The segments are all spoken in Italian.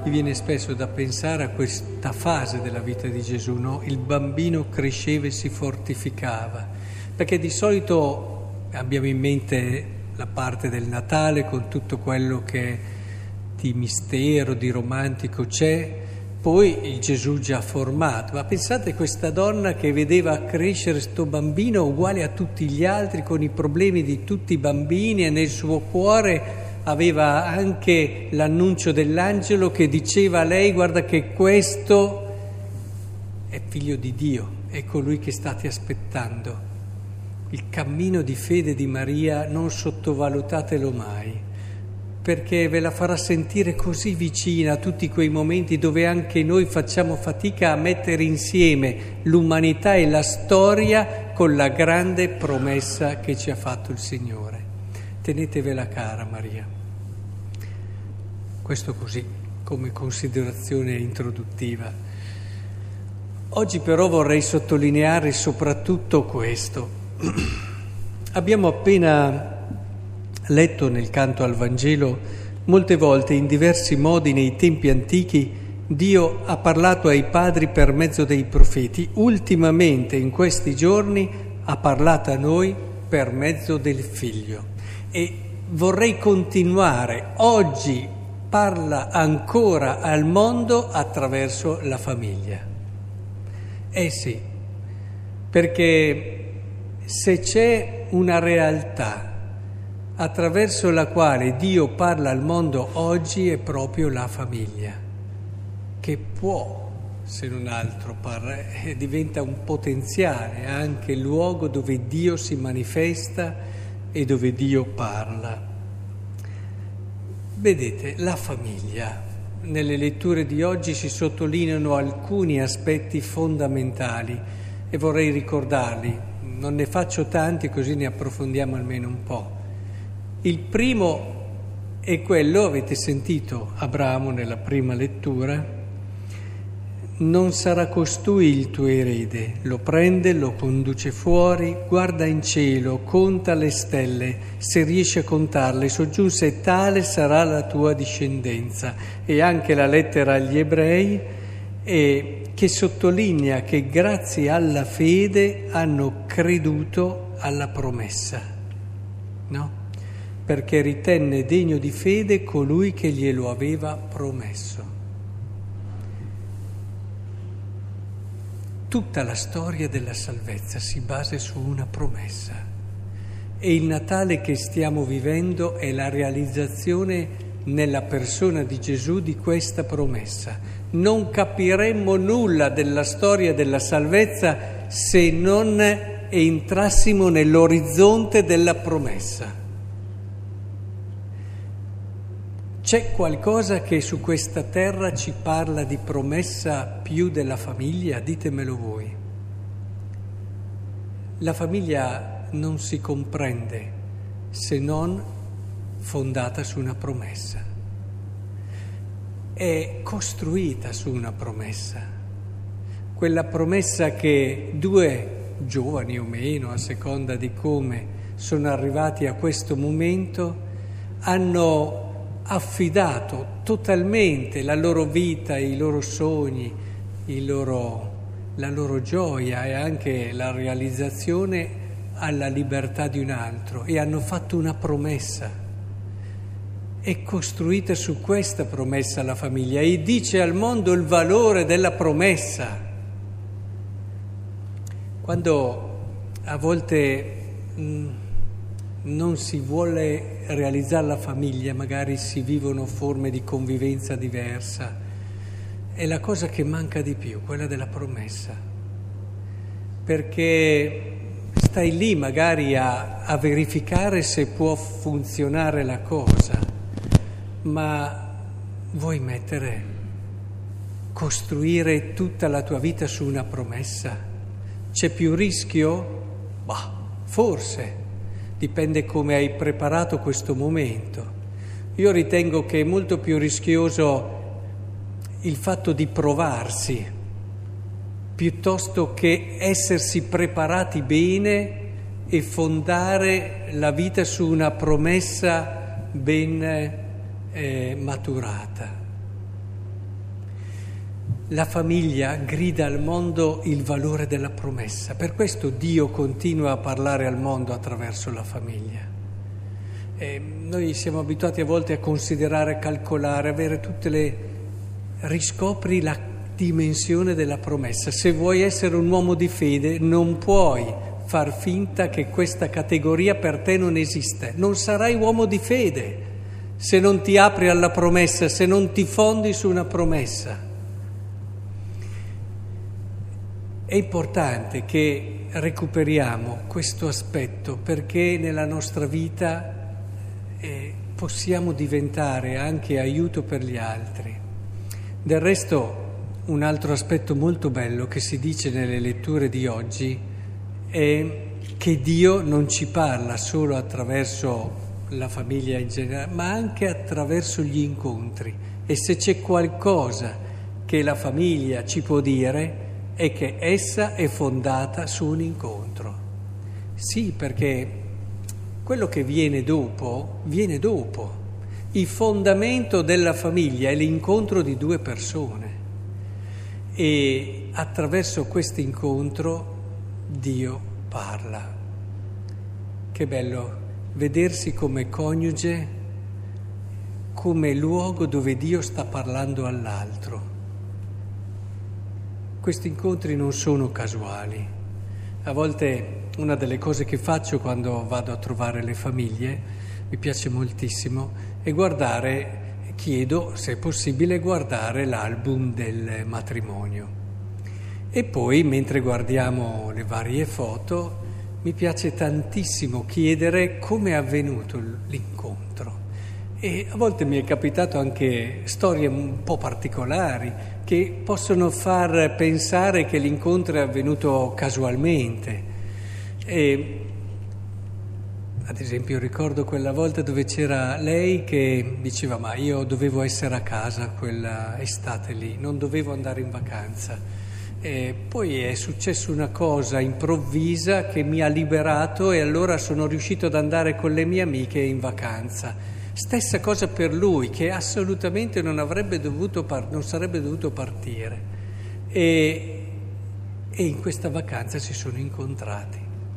Mi viene spesso da pensare a questa fase della vita di Gesù, no? Il bambino cresceva e si fortificava, perché di solito abbiamo in mente la parte del Natale con tutto quello che di mistero, di romantico c'è, poi il Gesù già formato. Ma pensate a questa donna che vedeva crescere sto bambino uguale a tutti gli altri, con i problemi di tutti i bambini, e nel suo cuore aveva anche l'annuncio dell'angelo che diceva a lei: guarda che questo è figlio di Dio, è colui che state aspettando. Il cammino di fede di Maria non sottovalutatelo mai, perché ve la farà sentire così vicina a tutti quei momenti dove anche noi facciamo fatica a mettere insieme l'umanità e la storia con la grande promessa che ci ha fatto il Signore. Tenetevela cara Maria. Questo così, come considerazione introduttiva. Oggi però vorrei sottolineare soprattutto questo. Abbiamo appena letto nel canto al Vangelo, molte volte in diversi modi nei tempi antichi Dio ha parlato ai padri per mezzo dei profeti. Ultimamente, in questi giorni, ha parlato a noi per mezzo del Figlio. E vorrei continuare. Oggi parla ancora al mondo attraverso la famiglia. Sì, perché se c'è una realtà attraverso la quale Dio parla al mondo oggi è proprio la famiglia, che può, se non altro, diventa un potenziale, anche il luogo dove Dio si manifesta e dove Dio parla. Vedete, la famiglia, nelle letture di oggi si sottolineano alcuni aspetti fondamentali e vorrei ricordarli. Non ne faccio tanti, così ne approfondiamo almeno un po'. Il primo è quello, avete sentito Abramo nella prima lettura: non sarà costui il tuo erede. Lo prende, lo conduce fuori, guarda in cielo, conta le stelle, se riesce a contarle, soggiunse: tale sarà la tua discendenza. E anche la lettera agli Ebrei che sottolinea che grazie alla fede hanno creduto alla promessa, no? Perché ritenne degno di fede colui che glielo aveva promesso. Tutta la storia della salvezza si basa su una promessa, e il Natale che stiamo vivendo è la realizzazione nella persona di Gesù di questa promessa. Non capiremmo nulla della storia della salvezza se non entrassimo nell'orizzonte della promessa. C'è qualcosa che su questa terra ci parla di promessa più della famiglia? Ditemelo voi. La famiglia non si comprende se non fondata su una promessa. È costruita su una promessa. Quella promessa che due giovani o meno, a seconda di come sono arrivati a questo momento, hanno affidato totalmente la loro vita, i loro sogni, la loro gioia e anche la realizzazione alla libertà di un altro, e hanno fatto una promessa. È costruita su questa promessa la famiglia e dice al mondo il valore della promessa. Quando a volte non si vuole realizzare la famiglia, magari si vivono forme di convivenza diversa, è la cosa che manca di più, quella della promessa, perché stai lì magari a verificare se può funzionare la cosa, ma vuoi costruire tutta la tua vita su una promessa? C'è più rischio? Bah, forse. Dipende come hai preparato questo momento. Io ritengo che è molto più rischioso il fatto di provarsi, piuttosto che essersi preparati bene e fondare la vita su una promessa ben maturata. la famiglia grida al mondo il valore della promessa. Per questo Dio continua a parlare al mondo attraverso la famiglia. Noi siamo abituati a volte a considerare, calcolare, avere tutte le... riscopri la dimensione della promessa. Se vuoi essere un uomo di fede non puoi far finta che questa categoria per te non esiste. Non sarai uomo di fede se non ti apri alla promessa, se non ti fondi su una promessa. È importante che recuperiamo questo aspetto perché nella nostra vita possiamo diventare anche aiuto per gli altri. Del resto, un altro aspetto molto bello che si dice nelle letture di oggi è che Dio non ci parla solo attraverso la famiglia in generale, ma anche attraverso gli incontri. E se c'è qualcosa che la famiglia ci può dire è che essa è fondata su un incontro. Sì, perché quello che viene dopo, viene dopo. Il fondamento della famiglia è l'incontro di due persone e attraverso questo incontro Dio parla. Che bello vedersi come coniuge, come luogo dove Dio sta parlando all'altro. Questi incontri non sono casuali. A volte una delle cose che faccio quando vado a trovare le famiglie, mi piace moltissimo, è chiedo se è possibile guardare l'album del matrimonio. E poi, mentre guardiamo le varie foto, mi piace tantissimo chiedere come è avvenuto l'incontro. E a volte mi è capitato anche storie un po' particolari che possono far pensare che l'incontro è avvenuto casualmente. Ad esempio ricordo quella volta dove c'era lei che diceva ma io dovevo essere a casa quella estate lì, non dovevo andare in vacanza. E poi è successa una cosa improvvisa che mi ha liberato e allora sono riuscito ad andare con le mie amiche in vacanza. Stessa cosa per lui, che assolutamente non sarebbe dovuto partire. E in questa vacanza si sono incontrati.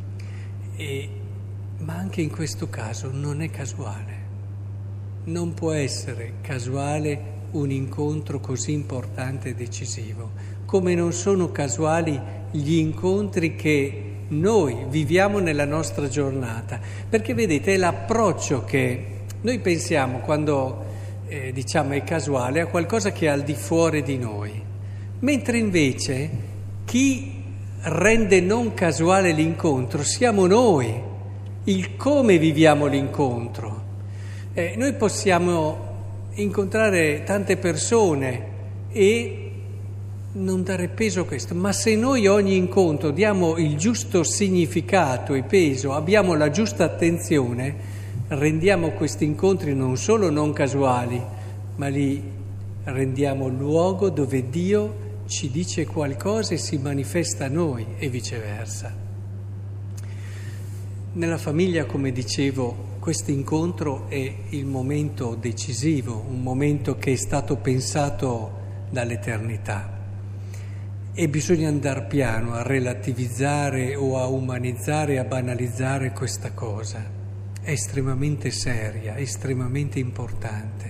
Ma anche in questo caso non è casuale. Non può essere casuale un incontro così importante e decisivo, come non sono casuali gli incontri che noi viviamo nella nostra giornata. Perché vedete, è l'approccio che noi pensiamo quando diciamo è casuale a qualcosa che è al di fuori di noi, mentre invece chi rende non casuale l'incontro siamo noi, il come viviamo l'incontro. Noi possiamo incontrare tante persone e non dare peso a questo, ma se noi ogni incontro diamo il giusto significato e peso, abbiamo la giusta attenzione, rendiamo questi incontri non solo non casuali, ma li rendiamo luogo dove Dio ci dice qualcosa e si manifesta a noi e viceversa. Nella famiglia, come dicevo, questo incontro è il momento decisivo, un momento che è stato pensato dall'eternità e bisogna andare piano a relativizzare o a umanizzare, a banalizzare questa cosa. È estremamente seria, estremamente importante.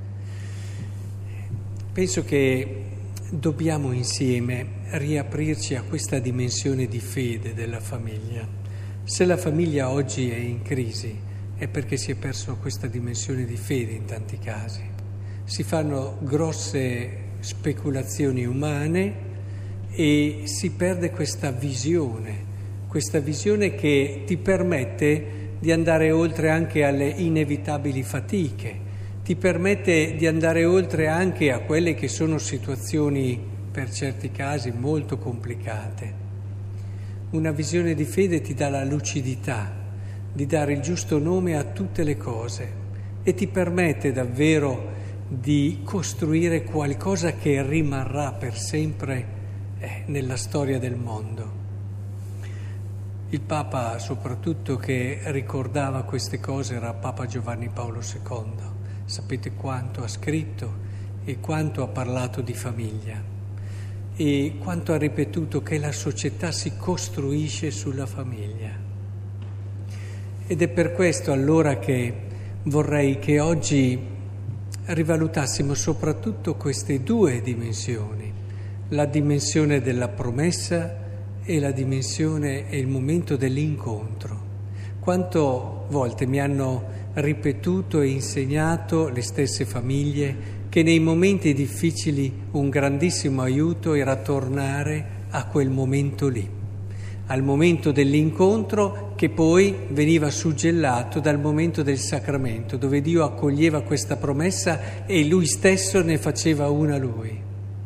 Penso che dobbiamo insieme riaprirci a questa dimensione di fede della famiglia. Se la famiglia oggi è in crisi è perché si è perso questa dimensione di fede in tanti casi. Si fanno grosse speculazioni umane e si perde questa visione che ti permette di andare oltre anche alle inevitabili fatiche, ti permette di andare oltre anche a quelle che sono situazioni per certi casi molto complicate. Una visione di fede ti dà la lucidità di dare il giusto nome a tutte le cose e ti permette davvero di costruire qualcosa che rimarrà per sempre nella storia del mondo. Il Papa soprattutto che ricordava queste cose era Papa Giovanni Paolo II. Sapete quanto ha scritto e quanto ha parlato di famiglia. e quanto ha ripetuto che la società si costruisce sulla famiglia. Ed è per questo allora che vorrei che oggi rivalutassimo soprattutto queste due dimensioni, la dimensione della promessa e la dimensione e il momento dell'incontro. Quante volte mi hanno ripetuto e insegnato le stesse famiglie che nei momenti difficili un grandissimo aiuto era tornare a quel momento lì, al momento dell'incontro che poi veniva suggellato dal momento del sacramento, dove Dio accoglieva questa promessa e Lui stesso ne faceva una Lui.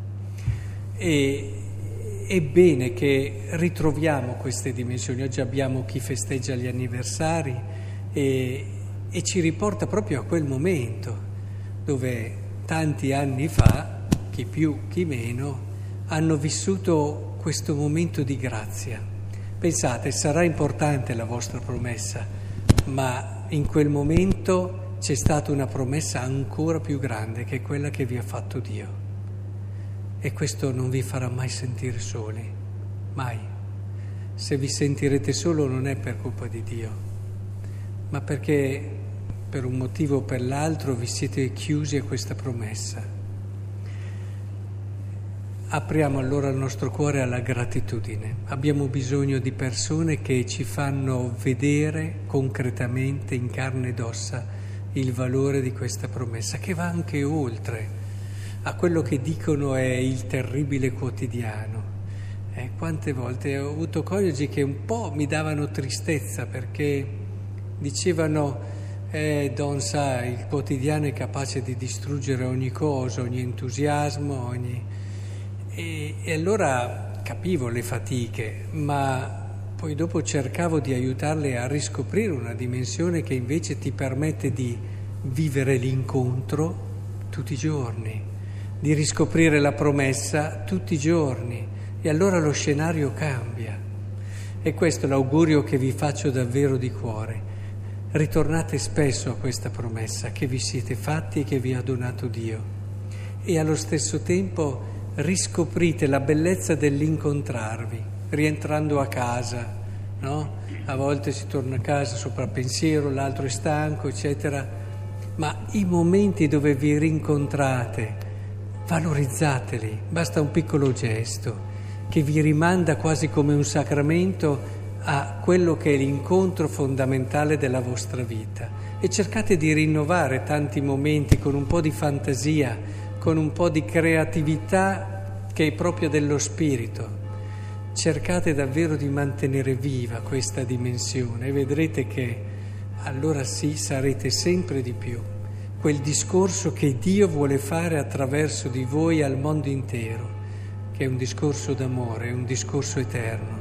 E è bene che ritroviamo queste dimensioni. Oggi abbiamo chi festeggia gli anniversari e ci riporta proprio a quel momento dove tanti anni fa, chi più, chi meno, hanno vissuto questo momento di grazia. Pensate, sarà importante la vostra promessa, ma in quel momento c'è stata una promessa ancora più grande, che è quella che vi ha fatto Dio. E questo non vi farà mai sentire soli, mai. Se vi sentirete solo non è per colpa di Dio, ma perché per un motivo o per l'altro vi siete chiusi a questa promessa. Apriamo allora il nostro cuore alla gratitudine. Abbiamo bisogno di persone che ci fanno vedere concretamente, in carne ed ossa, il valore di questa promessa, che va anche oltre a quello che dicono è il terribile quotidiano. Quante volte ho avuto coniugi che un po' mi davano tristezza perché dicevano Don sa, il quotidiano è capace di distruggere ogni cosa, ogni entusiasmo, E allora capivo le fatiche, ma poi dopo cercavo di aiutarle a riscoprire una dimensione che invece ti permette di vivere l'incontro tutti i giorni, di riscoprire la promessa tutti i giorni, e allora lo scenario cambia. E questo è l'augurio che vi faccio davvero di cuore. Ritornate spesso a questa promessa che vi siete fatti e che vi ha donato Dio, e allo stesso tempo riscoprite la bellezza dell'incontrarvi, rientrando a casa, no? A volte si torna a casa sopra pensiero, l'altro è stanco, eccetera, ma i momenti dove vi rincontrate, valorizzateli, basta un piccolo gesto che vi rimanda quasi come un sacramento a quello che è l'incontro fondamentale della vostra vita, e cercate di rinnovare tanti momenti con un po' di fantasia, con un po' di creatività che è proprio dello spirito. Cercate davvero di mantenere viva questa dimensione e vedrete che allora sì, sarete sempre di più quel discorso che Dio vuole fare attraverso di voi al mondo intero, che è un discorso d'amore, è un discorso eterno.